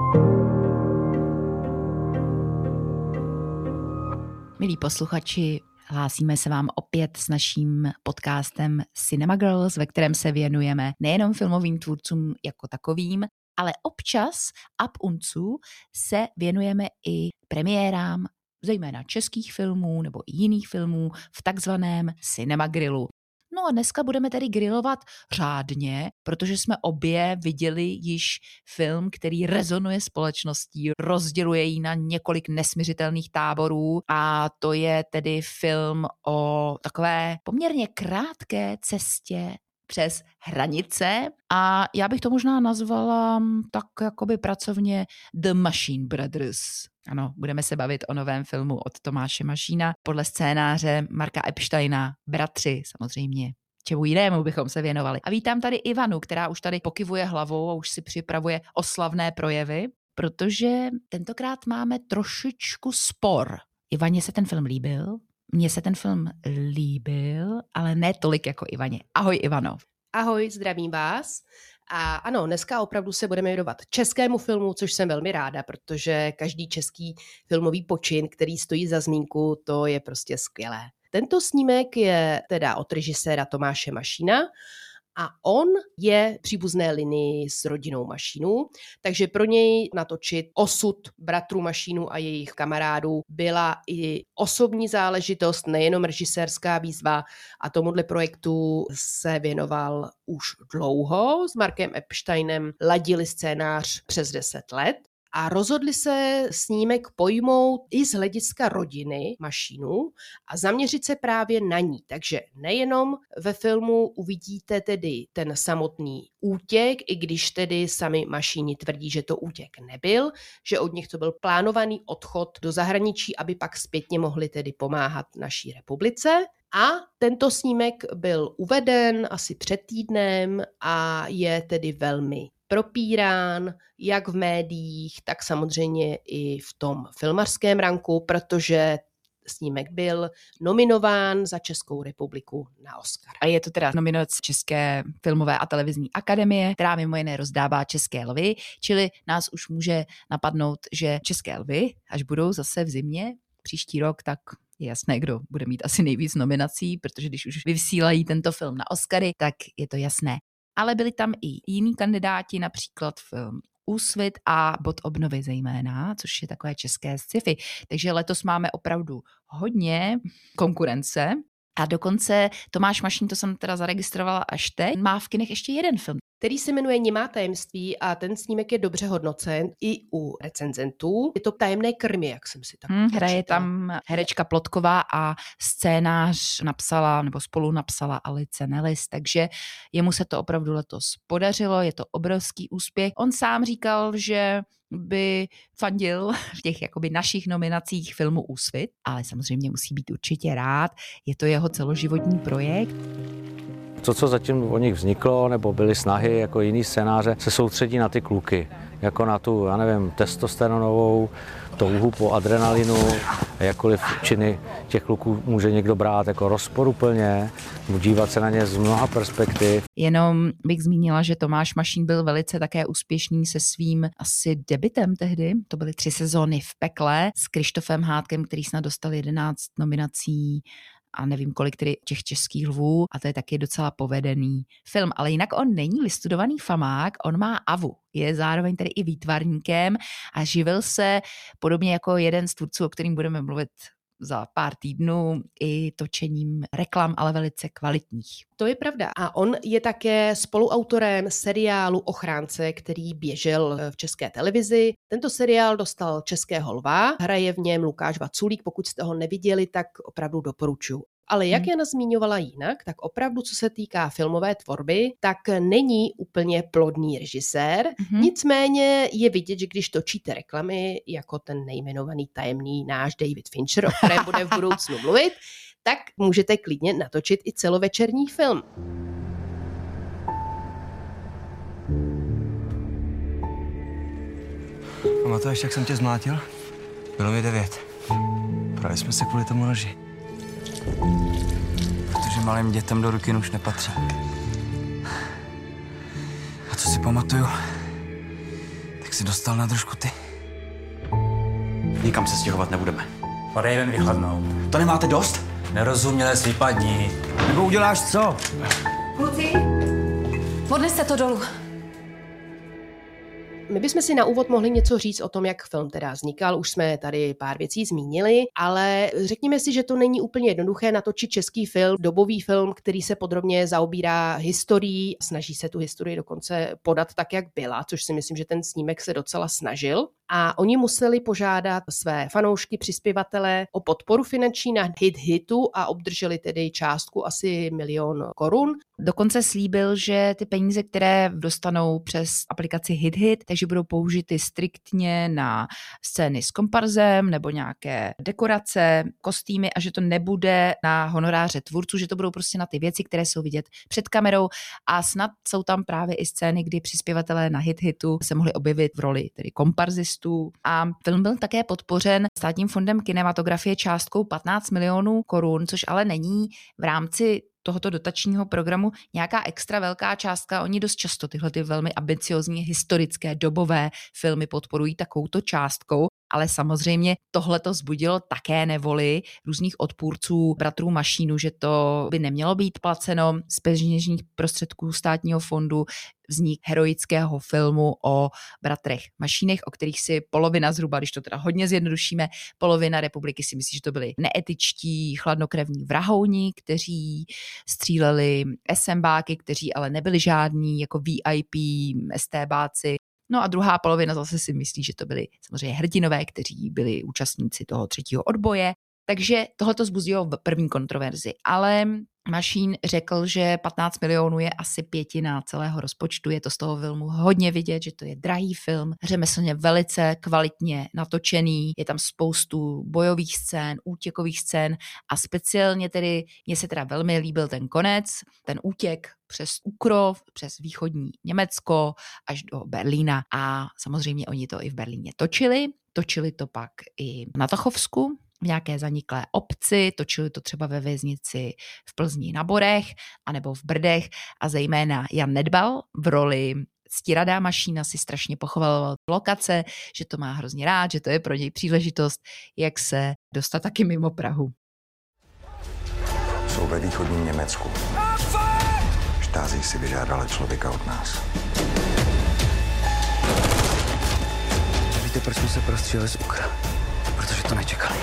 Milí posluchači, hlásíme se vám opět s naším podcastem Cinema Girls, ve kterém se věnujeme nejenom filmovým tvůrcům jako takovým, ale občas ab und zu se věnujeme i premiérám, zejména českých filmů nebo i jiných filmů v takzvaném Cinema Grillu. No a dneska budeme tedy grillovat řádně, protože jsme obě viděli již film, který rezonuje společností, rozděluje ji na několik nesmiřitelných táborů a to je tedy film o takové poměrně krátké cestě přes hranice a já bych to možná nazvala tak jakoby pracovně The Machine Brothers. Ano, budeme se bavit o novém filmu od Tomáše Mašína podle scénáře Marka Epsteina, Bratři samozřejmě. Čemu jinému bychom se věnovali. A vítám tady Ivanu, která už tady pokyvuje hlavou a už si připravuje oslavné projevy, protože tentokrát máme trošičku spor. Ivaně se ten film líbil, mně se ten film líbil, ale ne tolik jako Ivaně. Ahoj Ivano. Ahoj, zdravím vás. A ano, dneska opravdu se budeme věnovat českému filmu, což jsem velmi ráda, protože každý český filmový počin, který stojí za zmínku, to je prostě skvělé. Tento snímek je teda od režiséra Tomáše Mašína a on je v příbuzné linii s rodinou Mašínů, takže pro něj natočit osud bratrů Mašínů a jejich kamarádů byla i osobní záležitost, nejenom režisérská výzva a tomuhle projektu se věnoval už dlouho. S Markem Epsteinem ladili scénář přes 10 let. A rozhodli se snímek pojmout i z hlediska rodiny Mašínů a zaměřit se právě na ní. Takže nejenom ve filmu uvidíte tedy ten samotný útěk, i když tedy sami Mašíni tvrdí, že to útěk nebyl, že od nich to byl plánovaný odchod do zahraničí, aby pak zpětně mohli tedy pomáhat naší republice. A tento snímek byl uveden asi před týdnem a je tedy velmi propírán, jak v médiích, tak samozřejmě i v tom filmařském ranku, protože snímek byl nominován za Českou republiku na Oscar. A je to teda nominace České filmové a televizní akademie, která mimo jiné rozdává České lvy, čili nás už může napadnout, že České lvy, až budou zase v zimě, příští rok, tak je jasné, kdo bude mít asi nejvíc nominací, protože když už vysílají tento film na Oscary, tak je to jasné. Ale byli tam i jiní kandidáti, například film Úsvit a Bod obnovy zejména, což je takové české sci-fi. Takže letos máme opravdu hodně konkurence. A dokonce Tomáš Mašín, to jsem teda zaregistrovala až teď, má v kinech ještě jeden film, který se jmenuje Němá tajemství a ten snímek je dobře hodnocen i u recenzentů. Je to Tajemné krmy, jak jsem si tak hraje tam herečka Plotková a scénář napsala, nebo spolu napsala Alice Nellis, takže jemu se to opravdu letos podařilo, je to obrovský úspěch. On sám říkal, že by fandil v těch jakoby našich nominacích filmu Úsvit, ale samozřejmě musí být určitě rád, je to jeho celoživotní projekt. To, co zatím o nich vzniklo, nebo byly snahy jako jiný scénáře, se soustředí na ty kluky, jako na tu, já nevím, testosteronovou touhu po adrenalinu, jakkoliv činy těch kluků může někdo brát jako rozporuplně, dívat se na ně z mnoha perspektiv. Jenom bych zmínila, že Tomáš Mašín byl velice také úspěšný se svým asi debutem tehdy. To byly 3 sezóny v pekle s Krištofem Hádkem, který snad dostal 11 nominací a nevím kolik tedy těch českých lvů a to je taky docela povedený film. Ale jinak on není vystudovaný famák, on má AVU. Je zároveň tedy i výtvarníkem a živil se podobně jako jeden z tvůrců, o kterým budeme mluvit za pár týdnů, i točením reklam, ale velice kvalitních. To je pravda. A on je také spoluautorem seriálu Ochránce, který běžel v České televizi. Tento seriál dostal Českého lva, hraje v něm Lukáš Vaculík, pokud jste ho neviděli, tak opravdu doporučuji. Ale jak Jana zmiňovala jinak, tak opravdu, co se týká filmové tvorby, tak není úplně plodný režisér. Nicméně je vidět, že když točíte reklamy, jako ten nejmenovaný tajemný náš David Fincher, o kterém bude v budoucnu mluvit, tak můžete klidně natočit i celovečerní film. Pamatuješ, jak jsem tě zmlátil? Bylo mi 9. Právě jsme se kvůli tomu noži. Protože malým dětem do ruky už nepatří. A co si pamatuju, tak si dostal na držku ty. Nikam se stěhovat nebudeme. Podej ven vychladnout. To nemáte dost? Nerozuměle si vypadni. Nebo uděláš co? Kluci, odneste to dolů. My bychom si na úvod mohli něco říct o tom, jak film teda vznikal. Už jsme tady pár věcí zmínili, ale řekněme si, že to není úplně jednoduché natočit český film, dobový film, který se podrobně zaobírá historií, snaží se tu historii dokonce podat tak, jak byla, což si myslím, že ten snímek se docela snažil. A oni museli požádat své fanoušky, přispěvatele o podporu finanční na hitu a obdrželi tedy částku asi 1 000 000 korun. Dokonce slíbil, že ty peníze, které dostanou přes aplikaci HitHit, takže budou použity striktně na scény s komparzem nebo nějaké dekorace, kostýmy a že to nebude na honoráře tvůrců, že to budou prostě na ty věci, které jsou vidět před kamerou a snad jsou tam právě i scény, kdy přispěvatelé na HitHitu se mohli objevit v roli tedy komparzistů. A film byl také podpořen Státním fondem kinematografie částkou 15 milionů korun, což ale není v rámci tohoto dotačního programu nějaká extra velká částka. Oni dost často tyhle ty velmi ambiciozní historické dobové filmy podporují takovouto částkou, ale samozřejmě tohle to vzbudilo také nevoli různých odpůrců bratrů Mašínu, že to by nemělo být placeno z peněžních prostředků státního fondu. Vznik heroického filmu o bratrech Mašínech, o kterých si polovina zhruba, když to teda hodně zjednodušíme, polovina republiky si myslí, že to byli neetičtí, chladnokrevní vrahouni, kteří stříleli SMBáky, kteří ale nebyli žádní jako VIP STBáci. No a druhá polovina zase si myslí, že to byli samozřejmě hrdinové, kteří byli účastníci toho 3. odboje. Takže tohleto zbudilo první kontroverzi. Ale Mašín řekl, že 15 milionů je asi 1/5 celého rozpočtu. Je to z toho filmu hodně vidět, že to je drahý film, řemeslně velice kvalitně natočený. Je tam spoustu bojových scén, útěkových scén a speciálně tedy, mně se teda velmi líbil ten konec, ten útěk přes Ukrov, přes východní Německo až do Berlína a samozřejmě oni to i v Berlíně točili. Točili to pak i na Tachovsku, v nějaké zaniklé obci, točili to třeba ve věznici v Plzni na Borech, anebo v Brdech a zejména Jan Nedbal v roli Ctirada Mašína si strašně pochvaloval lokace, že to má hrozně rád, že to je pro něj příležitost, jak se dostat taky mimo Prahu. Jsou ve východním Německu. Štází si vyžádala člověka od nás. Víte, proč jsme se prostříleli z Ukra? Protože to nečekali.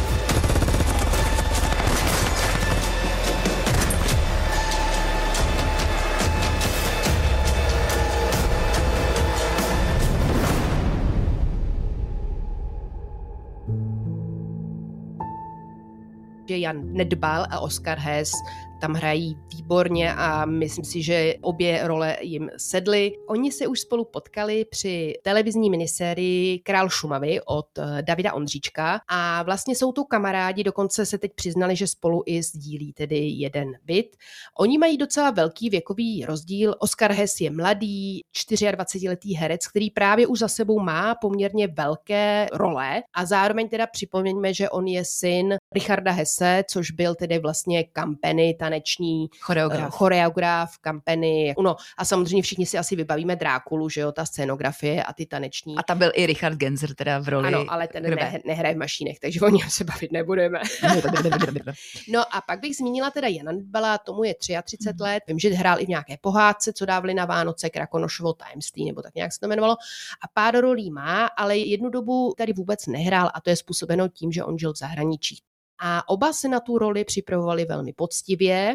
Jan Nedbal a Oskar Hess tam hrají výborně a myslím si, že obě role jim sedly. Oni se už spolu potkali při televizní minisérii Král Šumavy od Davida Ondříčka a vlastně jsou to kamarádi, dokonce se teď přiznali, že spolu i sdílí tedy jeden byt. Oni mají docela velký věkový rozdíl. Oskar Hess je mladý, 24letý herec, který právě už za sebou má poměrně velké role a zároveň teda připomeňme, že on je syn Richarda Hesse, což byl tedy vlastně Campany, taneční choreograf Campany. No a samozřejmě všichni si asi vybavíme Drákulu, že jo, ta scénografie a ty taneční. A tam byl i Richard Genzer teda v roli. Ano, ale ten nehraje v Mašínech, takže o něm se bavit nebudeme. No a pak bych zmínila teda Jana Nedbala, tomu je 33 let. Vím, že hrál i v nějaké pohádce, co dávali na Vánoce, Krakonošovo tajemství, nebo tak nějak se to jmenovalo. A pár rolí má, ale jednu dobu tady vůbec nehrál a to je způsobeno tím, že on žil v zahraničí. A oba se na tu roli připravovali velmi poctivě.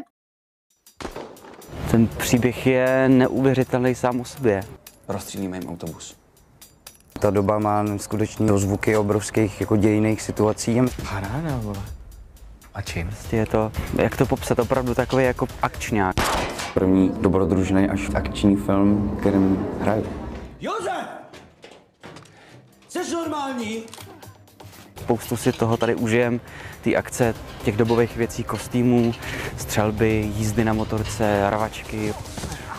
Ten příběh je neuvěřitelný sám o sobě. Rozstřílíme jim autobus. Ta doba má skutečně dozvuky obrovských jako dějinných situací. Paráda, vole. A čím? Je to, jak to popsat, opravdu takový jako akčňák. První dobrodružný až akční film, kterým hraju. Josef! Jsi normální? Spoustu si toho tady užijem, ty akce těch dobových věcí, kostýmů, střelby, jízdy na motorce, rvačky.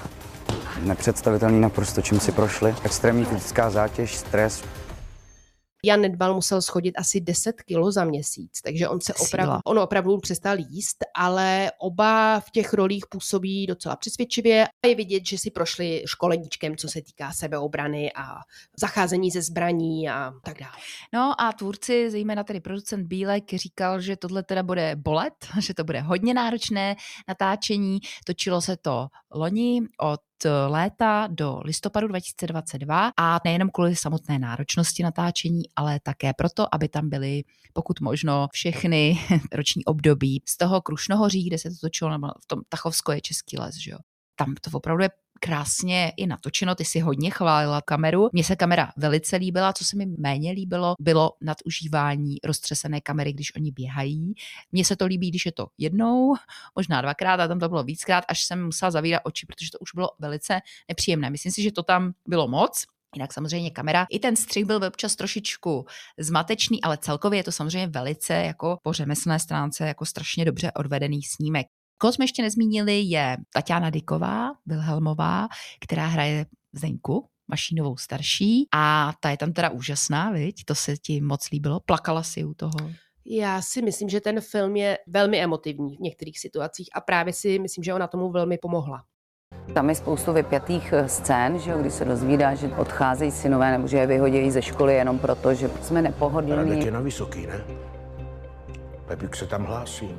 Nepředstavitelný naprosto, čím si prošli. Extrémní fyzická zátěž, stres. Jan Nedbal musel schodit asi 10 kilo za měsíc, takže on opravdu přestal jíst, ale oba v těch rolích působí docela přesvědčivě a je vidět, že si prošli školeníčkem, co se týká sebeobrany a zacházení ze zbraní a tak dále. No a tvůrci, zejména tedy producent Bílek, říkal, že tohle teda bude bolet, že to bude hodně náročné natáčení. Točilo se to loni od léta do listopadu 2022 a nejenom kvůli samotné náročnosti natáčení, ale také proto, aby tam byly pokud možno všechny roční období z toho Krušnohoří, kde se to točilo, nebo v tom Tachovsko je Český les, že jo. Tam to opravdu je krásně i natočeno, ty si hodně chválila kameru. Mně se kamera velice líbila, co se mi méně líbilo, bylo nadužívání roztřesené kamery, když oni běhají. Mně se to líbí, když je to jednou, možná dvakrát, a tam to bylo víckrát, až jsem musela zavírat oči, protože to už bylo velice nepříjemné. Myslím si, že to tam bylo moc. Jinak samozřejmě kamera. I ten střih byl občas trošičku zmatečný, ale celkově je to samozřejmě velice jako po řemeslné stránce jako strašně dobře odvedený snímek. Koho jsme ještě nezmínili, je Taťána Dyková, Vilhelmová, která hraje Zdeňku, Mašínovou starší, a ta je tam teda úžasná, viď? To se ti moc líbilo? Plakala si u toho? Já si myslím, že ten film je velmi emotivní v některých situacích a právě si myslím, že ona tomu velmi pomohla. Tam je spoustu vypjatých scén, že jo, kdy se dozvídá, že odcházejí synové nebo že je vyhodí ze školy jenom proto, že jsme nepohodlní. Radek je na Vysoký, ne? Pepík se tam hlásí.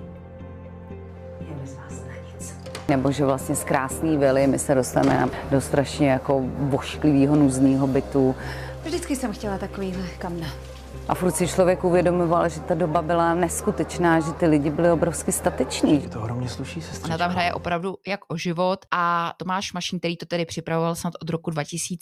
Nebo že vlastně z krásný vily my se dostaneme do strašně jako vošklivýho, nuzného bytu. Vždycky jsem chtěla takovýhle kamna. A furt si člověk uvědomoval, že ta doba byla neskutečná, že ty lidi byli obrovsky stateční. To ohromně sluší, sestřičko. Ona tam hraje opravdu jak o život a Tomáš Mašín, který to tedy připravoval snad od roku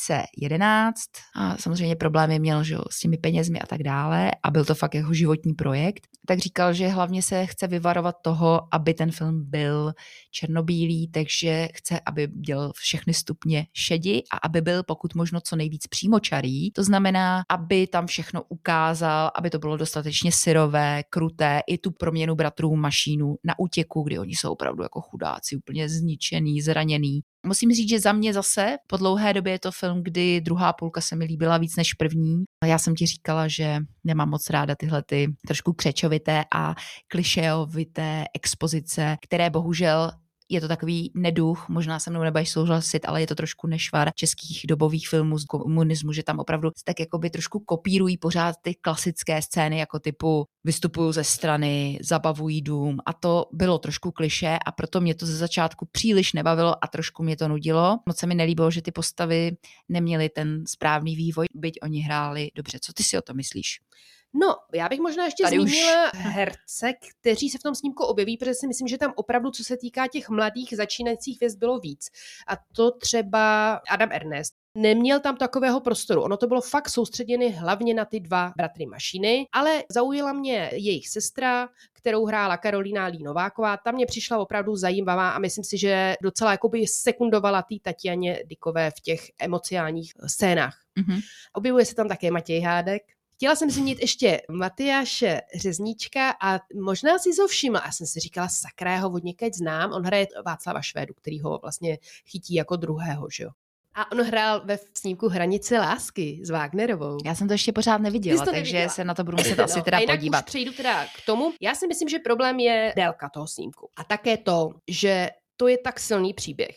2011 a samozřejmě problémy měl, že, s těmi penězmi a tak dále a byl to fakt jeho životní projekt, tak říkal, že hlavně se chce vyvarovat toho, aby ten film byl černobílý, takže chce, aby dělal všechny stupně šedi a aby byl pokud možno co nejvíc přímočarý. To znamená, aby tam všechno ukázal, aby to bylo dostatečně syrové, kruté, i tu proměnu bratrů Mašínů na útěku, kdy oni jsou opravdu jako chudáci, úplně zničený, zraněný. Musím říct, že za mě zase po dlouhé době je to film, kdy druhá půlka se mi líbila víc než první. Já jsem ti říkala, že nemám moc ráda tyhle ty trošku křečovité a klišeovité expozice, které bohužel je to takový neduch, možná se mnou nebudeš souhlasit, ale je to trošku nešvar českých dobových filmů z komunismu, že tam opravdu tak jakoby trošku kopírují pořád ty klasické scény jako typu vystupují ze strany, zabavují dům a to bylo trošku klišé a proto mě to ze začátku příliš nebavilo a trošku mě to nudilo. Moc se mi nelíbilo, že ty postavy neměly ten správný vývoj, byť oni hráli dobře. Co ty si o to myslíš? No, já bych možná ještě zmínila herce, kteří se v tom snímku objeví, protože si myslím, že tam opravdu, co se týká těch mladých začínajících hvězd, bylo víc. A to třeba Adam Ernest. Neměl tam takového prostoru. Ono to bylo fakt soustředěné hlavně na ty dva bratry Mašíny, ale zaujala mě jejich sestra, kterou hrála Karolína Línováková. Ta mě přišla opravdu zajímavá a myslím si, že docela jakoby sekundovala té Taťaně Dykové v těch emocionálních scénách. Mm-hmm. Objevuje se tam také Matěj Hádek. Chtěla jsem zmínit ještě Matyáše Řezníčka a možná si to všimla. Já jsem si říkala, sakra, já ho od někaď znám. On hraje Václava Švédu, který ho vlastně chytí jako druhého, že jo. A on hrál ve snímku Hranice lásky s Wagnerovou. Já jsem to ještě pořád neviděla, takže se na to budu muset asi teda podívat. Už přejdu teda k tomu. Já si myslím, že problém je délka toho snímku. A také to, že to je tak silný příběh,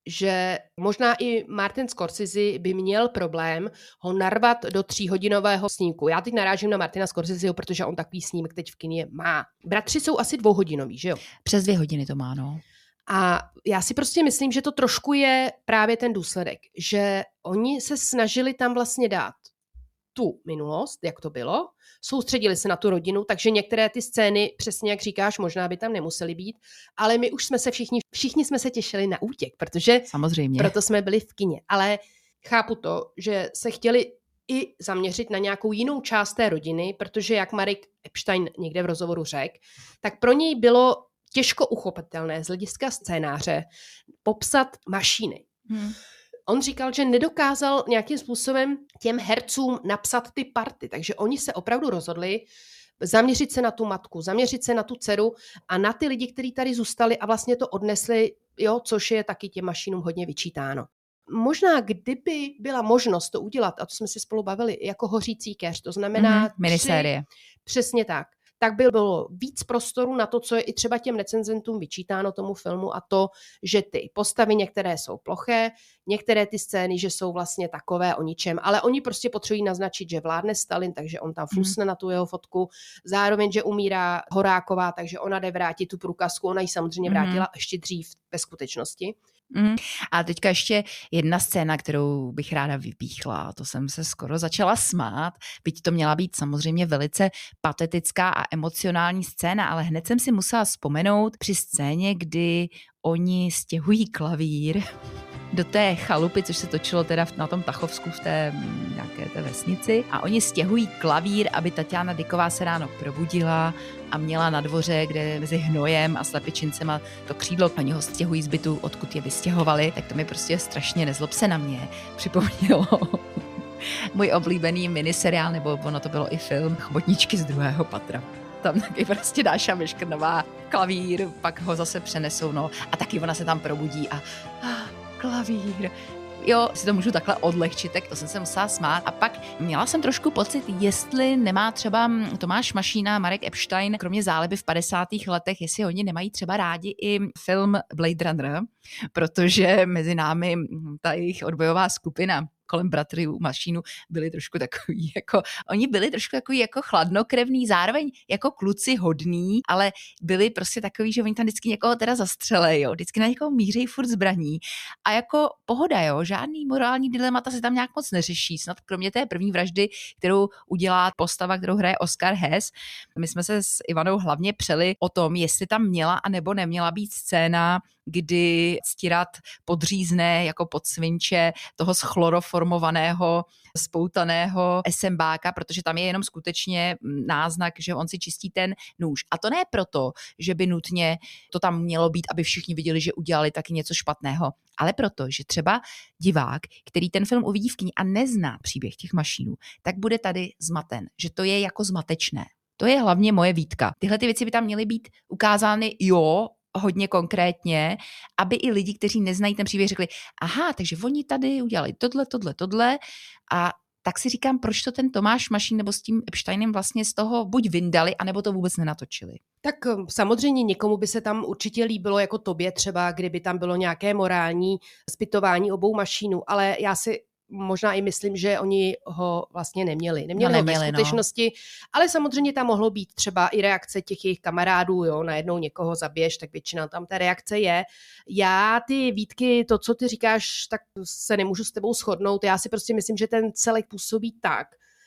že možná i Martin Scorsese by měl problém ho narvat do 3hodinového snímku. Já teď narážím na Martina Scorseseho, protože on takový snímek teď v kině má. Bratři jsou asi 2hodinový, že jo? Přes 2 hodiny to má, no. A já si prostě myslím, že to trošku je právě ten důsledek, že oni se snažili tam vlastně dát tu minulost, jak to bylo, soustředili se na tu rodinu, takže některé ty scény, přesně jak říkáš, možná by tam nemusely být, ale my už jsme se všichni jsme se těšili na útěk, protože samozřejmě. Proto jsme byli v kině. Ale chápu to, že se chtěli i zaměřit na nějakou jinou část té rodiny, protože jak Marek Epstein někde v rozhovoru řekl, tak pro něj bylo těžko uchopitelné z hlediska scénáře popsat Mašíny. On říkal, že nedokázal nějakým způsobem těm hercům napsat ty party, takže oni se opravdu rozhodli zaměřit se na tu matku, zaměřit se na tu dceru a na ty lidi, kteří tady zůstali a vlastně to odnesli, jo, což je taky těm Mašínům hodně vyčítáno. Možná, kdyby byla možnost to udělat, a to jsme si spolu bavili, jako Hořící keř, to znamená minisérie. Přesně tak by bylo víc prostoru na to, co je i třeba těm recenzentům vyčítáno tomu filmu, a to, že ty postavy některé jsou ploché, některé ty scény, že jsou vlastně takové o ničem, ale oni prostě potřebují naznačit, že vládne Stalin, takže on tam flusne na tu jeho fotku, zároveň, že umírá Horáková, takže ona jde vrátit tu průkazku, ona ji samozřejmě vrátila ještě dřív ve skutečnosti. A teďka ještě jedna scéna, kterou bych ráda vypíchla, to jsem se skoro začala smát, byť to měla být samozřejmě velice patetická a emocionální scéna, ale hned jsem si musela vzpomenout při scéně, kdy oni stěhují klavír do té chalupy, což se točilo teda na tom Tachovsku v té nějaké té vesnici, a oni stěhují klavír, aby Tatiana Dyková se ráno probudila a měla na dvoře, kde mezi hnojem a slepičincema to křídlo, oni ho stěhují z bytu, odkud je vystěhovali, tak to mi prostě strašně, nezlob se na mě, připomnělo můj oblíbený miniseriál, nebo ono to bylo i film Chobotničky z 2. patra. Tam taky prostě Dáša Vyškrnová klavír, pak ho zase přenesou, no, a taky ona se tam probudí a klavír. Jo, si to můžu takhle odlehčit, tak to jsem se musela smát. A pak měla jsem trošku pocit, jestli nemá třeba Tomáš Mašín a Marek Epstein, kromě záliby v 50. letech, jestli oni nemají třeba rádi i film Blade Runner, protože mezi námi ta jejich odbojová skupina kolem bratrů Mašínu byli trošku takový, jako, oni byli trošku takový jako chladnokrevný, zároveň jako kluci hodný, ale byli prostě takový, že oni tam vždycky někoho teda zastřelej, jo, vždycky na někoho mířejí furt zbraní a jako pohoda, jo, žádný morální dilemata se tam nějak moc neřeší, snad kromě té první vraždy, kterou udělá postava, kterou hraje Oscar Hess. My jsme se s Ivanou hlavně přeli o tom, jestli tam měla a nebo neměla být scéna, kdy Ctirad podřízne jako podsvinče toho schloroformovaného, spoutaného SMBáka, protože tam je jenom skutečně náznak, že on si čistí ten nůž. A to ne proto, že by nutně to tam mělo být, aby všichni viděli, že udělali taky něco špatného, ale proto, že třeba divák, který ten film uvidí v kyně a nezná příběh těch Mašínů, tak bude tady zmaten, že to je jako zmatečné. To je hlavně moje výtka. Tyhle ty věci by tam měly být ukázány, jo, hodně konkrétně, aby i lidi, kteří neznají ten příběh, řekli, aha, takže oni tady udělali tohle a tak si říkám, proč to ten Tomáš Mašín nebo s tím Epsteinem vlastně z toho buď vyndali, anebo to vůbec nenatočili. Tak samozřejmě někomu by se tam určitě líbilo, jako tobě třeba, kdyby tam bylo nějaké morální zpytování obou Mašínů, ale já si možná i myslím, že oni ho vlastně neměli. Neměli ho ve skutečnosti, ale samozřejmě tam mohlo být třeba i reakce těch jejich kamarádů, jo, najednou někoho zabiješ, tak většina tam ta reakce je. Já ty výtky, to, co ty říkáš, tak se nemůžu s tebou shodnout. Já si prostě myslím, že ten celek působí tak,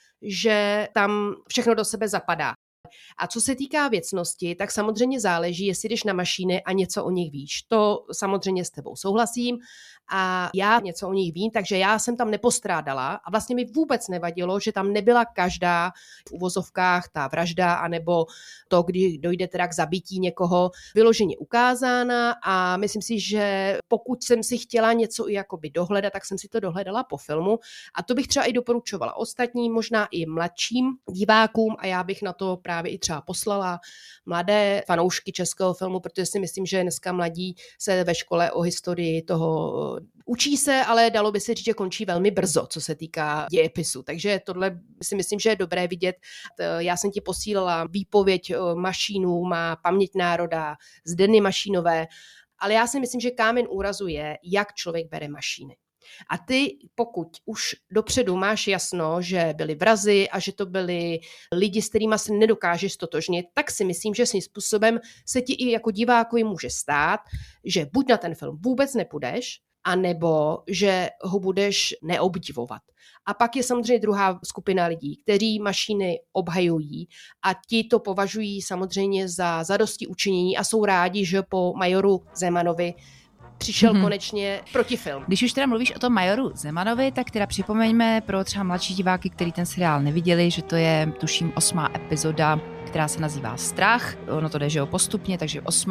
že tam všechno do sebe zapadá. A co se týká věcnosti, tak samozřejmě záleží, jestli jdeš na Mašíny a něco o nich víš. To samozřejmě s tebou souhlasím a já něco o nich vím, takže já jsem tam nepostrádala a vlastně mi vůbec nevadilo, že tam nebyla každá v uvozovkách ta vražda anebo to, kdy dojde teda k zabití někoho, vyloženě ukázána a myslím si, že pokud jsem si chtěla něco jakoby dohledat, tak jsem si to dohledala po filmu a to bych třeba i doporučovala ostatním, možná i mladším divákům a já bych na to právě i třeba poslala mladé fanoušky českého filmu, protože si myslím, že dneska mladí se ve škole o historii toho učí se, ale dalo by se říct, že končí velmi brzo, co se týká dějepisu. Takže tohle si myslím, že je dobré vidět. Já jsem ti posílala výpověď Mašínů, má Paměť národa, Zdeny Mašínové, ale já si myslím, že kámen úrazu je, jak člověk bere Mašíny. A ty, pokud už dopředu máš jasno, že byli vrazi a že to byli lidi, s kterými se nedokážeš stotožnit, tak si myslím, že svým způsobem se ti i jako divákovi může stát, že buď na ten film vůbec nepůjdeš, anebo že ho budeš neobdivovat. A pak je samozřejmě druhá skupina lidí, kteří Mašíny obhajují a ti to považují samozřejmě za zadosti učinění a jsou rádi, že po majoru Zemanovi přišel konečně protifilm. Když už teda mluvíš o tom majoru Zemanovi, tak teda připomeňme pro třeba mladší diváky, kteří ten seriál neviděli, že to je tuším 8. epizoda, která se nazývá Strach. Ono to jde, že jo, postupně, takže 8.,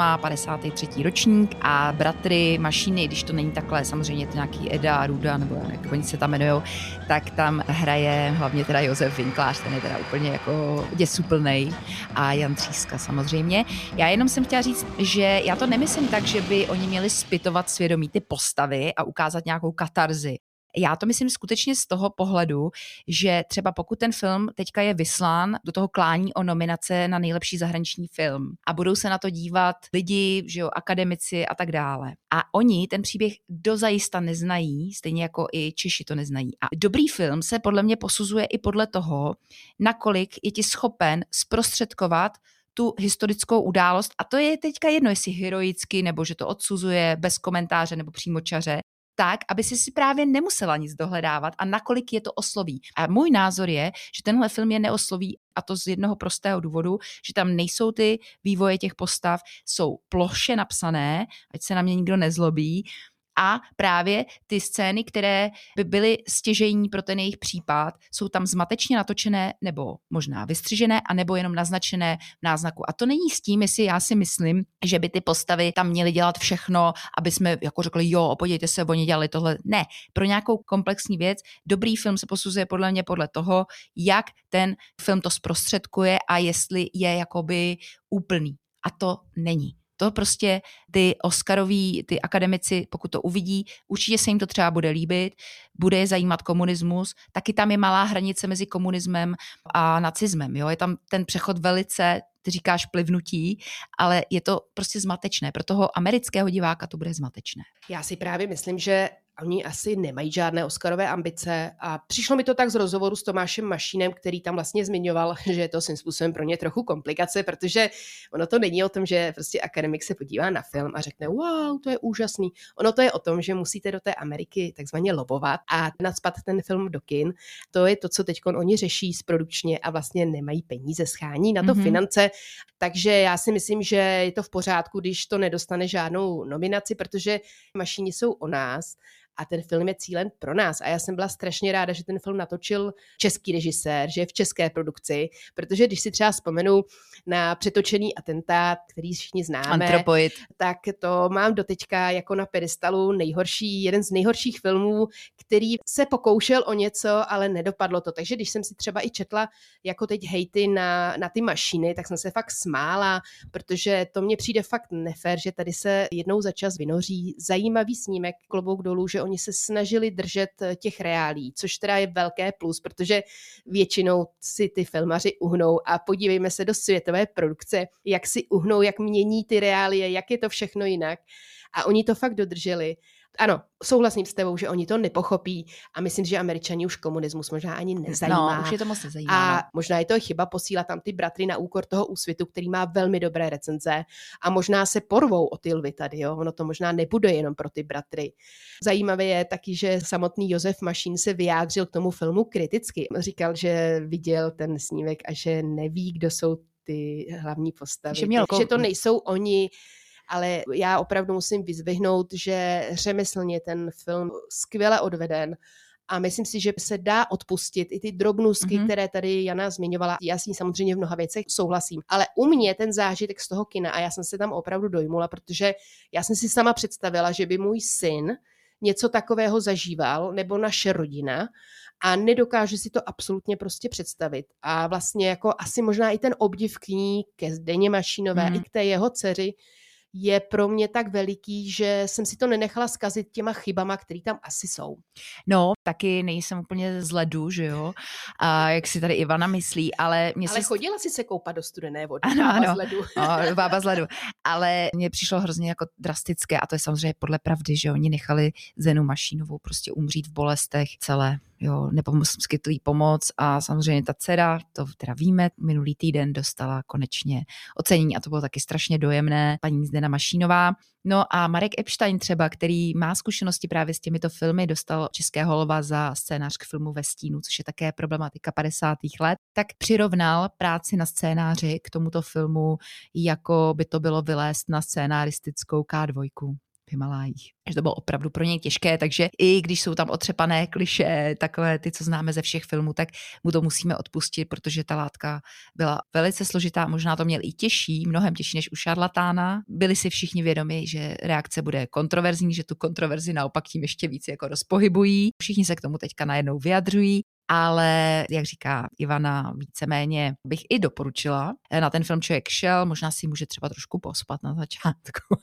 53. ročník a bratry Mašíny, když to není takhle, samozřejmě to nějaký Eda, Ruda, nebo jak oni se tam jmenujou, tak tam hraje hlavně teda Josef Winklář, ten je teda úplně jako děsuplnej, a Jan Tříska samozřejmě. Já jenom jsem chtěla říct, že já to nemyslím tak, že by oni měli zpytovat svědomí ty postavy a ukázat nějakou katarzi. Já to myslím skutečně z toho pohledu, že třeba pokud ten film teďka je vyslán do toho klání o nominace na nejlepší zahraniční film a budou se na to dívat lidi, že jo, akademici a tak dále. A oni ten příběh dozajista neznají, stejně jako i Češi to neznají. A dobrý film se podle mě posuzuje i podle toho, nakolik je ti schopen zprostředkovat tu historickou událost. A to je teďka jedno, jestli heroicky, nebo že to odsuzuje bez komentáře nebo přímočaře, tak, aby si právě nemusela nic dohledávat a nakolik je to osloví. A můj názor je, že tenhle film je neosloví, a to z jednoho prostého důvodu, že tam nejsou ty vývoje těch postav, jsou ploše napsané, ať se na mě nikdo nezlobí, a právě ty scény, které by byly stěžejní pro ten jejich případ, jsou tam zmatečně natočené nebo možná vystřižené a nebo jenom naznačené v náznaku. A to není s tím, jestli já si myslím, že by ty postavy tam měly dělat všechno, aby jsme jako řekli, jo, podívejte se, oni dělali tohle. Ne, pro nějakou komplexní věc dobrý film se posuzuje podle mě podle toho, jak ten film to zprostředkuje a jestli je jakoby úplný. A to není. To prostě ty Oscaroví, ty akademici, pokud to uvidí, určitě se jim to třeba bude líbit, bude je zajímat komunismus, taky tam je malá hranice mezi komunismem a nacismem, jo? Je tam ten přechod velice, ty říkáš plivnutí, ale je to prostě zmatečné. Pro toho amerického diváka to bude zmatečné. Já si právě myslím, že oni asi nemají žádné Oscarové ambice a přišlo mi to tak z rozhovoru s Tomášem Mašínem, který tam vlastně zmiňoval, že je to svým způsobem pro ně trochu komplikace, protože ono to není o tom, že prostě akademik se podívá na film a řekne, wow, to je úžasný. Ono to je o tom, že musíte do té Ameriky takzvaně lobovat a nacpat ten film do kin. To je to, co teď oni řeší produkčně a vlastně nemají peníze, schání na to finance. Takže já si myslím, že je to v pořádku, když to nedostane žádnou nominaci, protože Mašíni jsou o nás a ten film je cílen pro nás. A já jsem byla strašně ráda, že ten film natočil český režisér, že je v české produkci, protože když si třeba vzpomenu na přetočený atentát, který všichni známe, Antropoid, tak to mám doteďka jako na pedestalu jeden z nejhorších filmů, který se pokoušel o něco, ale nedopadlo to. Takže když jsem si třeba i četla jako teď hejty na ty Mašíny, tak jsem se fakt smála, protože to mně přijde fakt nefér, že tady se jednou za čas vynoří zajímavý snímek, klobouk dolů, že oni se snažili držet těch reálí, což teda je velké plus, protože většinou si ty filmaři uhnou a podívejme se do světové produkce, jak si uhnou, jak mění ty reálie, jak je to všechno jinak. A oni to fakt dodrželi. Ano, souhlasím s tebou, že oni to nepochopí a myslím, že Američani už komunismus možná ani nezajímá. No, už je to moc nezajímá. A možná je to chyba posílat tam ty bratry na úkor toho Úsvitu, který má velmi dobré recenze a možná se porvou o ty lvy tady, jo? Ono to možná nebude jenom pro ty bratry. Zajímavé je taky, že samotný Josef Mašín se vyjádřil k tomu filmu kriticky. Říkal, že viděl ten snímek a že neví, kdo jsou ty hlavní postavy. Že to nejsou oni. Ale já opravdu musím vyzdvihnout, že řemeslně ten film skvěle odveden a myslím si, že se dá odpustit i ty drobnůstky, které tady Jana zmiňovala. Já s ní samozřejmě v mnoha věcech souhlasím, ale u mě ten zážitek z toho kina, a já jsem se tam opravdu dojmula, protože já jsem si sama představila, že by můj syn něco takového zažíval, nebo naše rodina, a nedokáže si to absolutně prostě představit. A vlastně jako asi možná i ten obdiv k ní, ke Zdeně Mašínové, i k té jeho dceři, je pro mě tak veliký, že jsem si to nenechala zkazit těma chybama, které tam asi jsou. No, taky nejsem úplně z ledu, že jo, a jak si tady Ivana myslí, ale... chodila si se koupat do studené vody, ano, z ledu. No, bába z ledu. Ale mně přišlo hrozně jako drastické, a to je samozřejmě podle pravdy, že oni nechali Zenu Mašínovou prostě umřít v bolestech celé, jo, neposkytli pomoc a samozřejmě ta dcera, to teda víme, minulý týden dostala konečně ocenění a to bylo taky strašně dojemné, paní Zdena Mašínová. No a Marek Epstein třeba, který má zkušenosti právě s těmito filmy, dostal Českého lva za scénář k filmu Ve stínu, což je také problematika 50. let, tak přirovnal práci na scénáři k tomuto filmu, jako by to bylo vylézt na scénaristickou K2. Himalájích. Že to bylo opravdu pro něj těžké, takže i když jsou tam otřepané klišé, takové ty, co známe ze všech filmů, tak mu to musíme odpustit, protože ta látka byla velice složitá, možná to měl i těžší, mnohem těžší než u šarlatána. Byli si všichni vědomi, že reakce bude kontroverzní, že tu kontroverzi naopak tím ještě víc jako rozpohybují. Všichni se k tomu teďka najednou vyjadřují. Ale, jak říká Ivana, víceméně bych i doporučila. Na ten film člověk šel, možná si může třeba trošku pospat na začátku.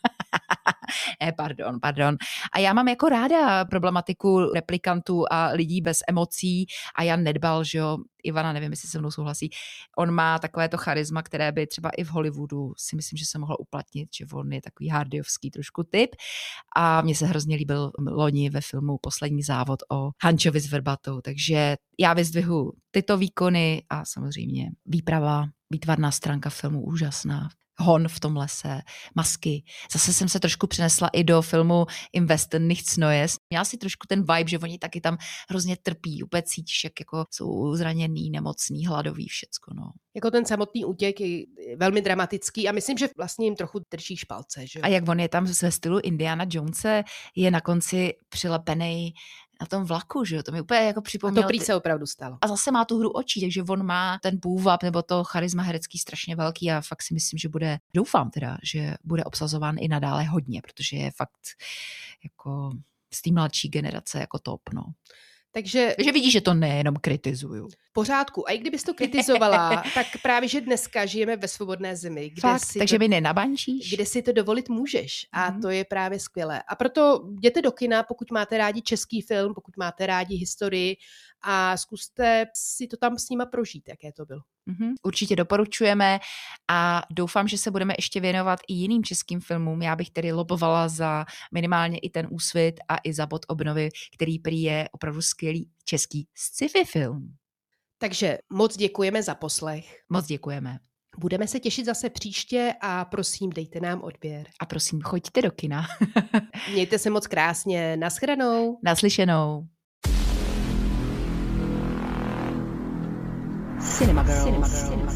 Pardon. A já mám jako ráda problematiku replikantů a lidí bez emocí a Jan Nedbal, že jo, Ivana, nevím, jestli se mnou souhlasí, on má takovéto charisma, které by třeba i v Hollywoodu si myslím, že se mohlo uplatnit, že on je takový hardyovský trošku typ a mně se hrozně líbil loni ve filmu Poslední závod o Hančovi s Vrbatou, takže já vyzdvihu tyto výkony a samozřejmě výtvarná stránka filmu úžasná. Hon v tom lese, masky. Zase jsem se trošku přenesla i do filmu Im Westen nichts Neues. Měla si trošku ten vibe, že oni taky tam hrozně trpí. Úplně cítíš, jak jako jsou zraněný, nemocný, hladoví, všecko. No. Jako ten samotný útěk je velmi dramatický a myslím, že vlastně jim trochu držíš palce. Že? A jak on je tam ve stylu Indiana Jonese, je na konci přilepený na tom vlaku, že jo, to mi úplně jako připomnělo. A to prý se opravdu stalo. A zase má tu hru očí, takže on má ten půvab nebo to charisma herecký strašně velký a fakt si myslím, že doufám teda, že bude obsazován i nadále hodně, protože je fakt jako z té mladší generace jako top, no. Takže vidíš, že to nejenom kritizuju. V pořádku. A i kdybys to kritizovala, tak právě, že dneska žijeme ve svobodné zemi. Takže mi nenabančíš? Kde si to dovolit můžeš. A to je právě skvělé. A proto jděte do kina, pokud máte rádi český film, pokud máte rádi historii a zkuste si to tam s nima prožít, jaké to bylo. Určitě doporučujeme a doufám, že se budeme ještě věnovat i jiným českým filmům. Já bych tedy lobovala za minimálně i ten Úsvit a i za Bod obnovy, který prý je opravdu skvělý český sci-fi film. Takže moc děkujeme za poslech. Moc děkujeme. Budeme se těšit zase příště a prosím, dejte nám odběr. A prosím, choďte do kina. Mějte se moc krásně. Naschledanou. Naslyšenou. Cinema Girls.